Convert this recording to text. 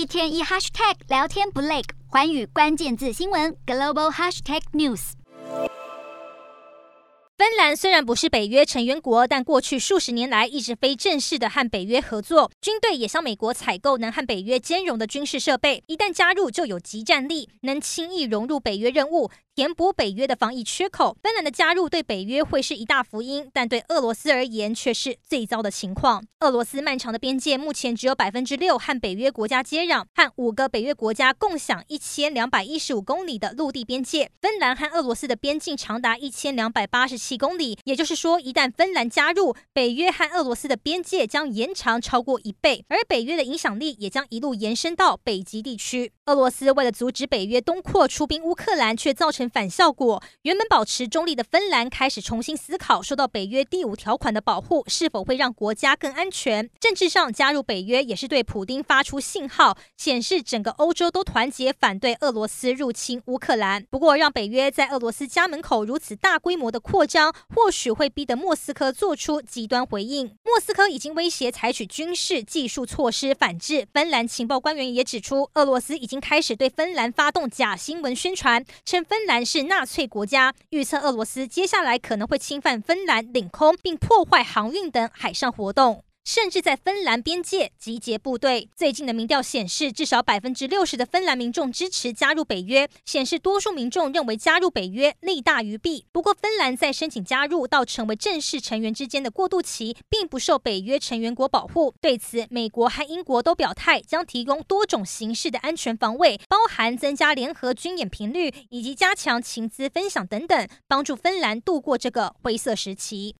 天一 hashtag 聊天不累，寰宇关键字新闻 global hashtag news。 芬兰虽然不是北约成员国，但过去数十年来一直非正式的和北约合作，军队也向美国采购能和北约兼容的军事设备，一旦加入就有即战力，能轻易融入北约任务，填补北约的防疫缺口。芬兰的加入对北约会是一大福音，但对俄罗斯而言却是最糟的情况。俄罗斯漫长的边界目前只有6%和北约国家接壤，和5个北约国家共享1215公里的陆地边界。芬兰和俄罗斯的边境长达1287公里，也就是说，一旦芬兰加入，北约和俄罗斯的边界将延长超过1倍，而北约的影响力也将一路延伸到北极地区。俄罗斯为了阻止北约东扩出兵乌克兰，却造成反效果。原本保持中立的芬兰开始重新思考，受到北约第5条款的保护，是否会让国家更安全。政治上加入北约也是对普丁发出信号，显示整个欧洲都团结反对俄罗斯入侵乌克兰。不过，让北约在俄罗斯家门口如此大规模的扩张，或许会逼得莫斯科做出极端回应。莫斯科已经威胁采取军事技术措施反制。芬兰情报官员也指出，俄罗斯已经开始对芬兰发动假新闻宣传，称芬兰是纳粹国家，预测俄罗斯接下来可能会侵犯芬兰领空，并破坏航运等海上活动，甚至在芬兰边界集结部队。最近的民调显示，至少60%的芬兰民众支持加入北约，显示多数民众认为加入北约利大于弊。不过，芬兰在申请加入到成为正式成员之间的过渡期，并不受北约成员国保护。对此，美国和英国都表态，将提供多种形式的安全防卫，包含增加联合军演频率以及加强情资分享等等，帮助芬兰度过这个灰色时期。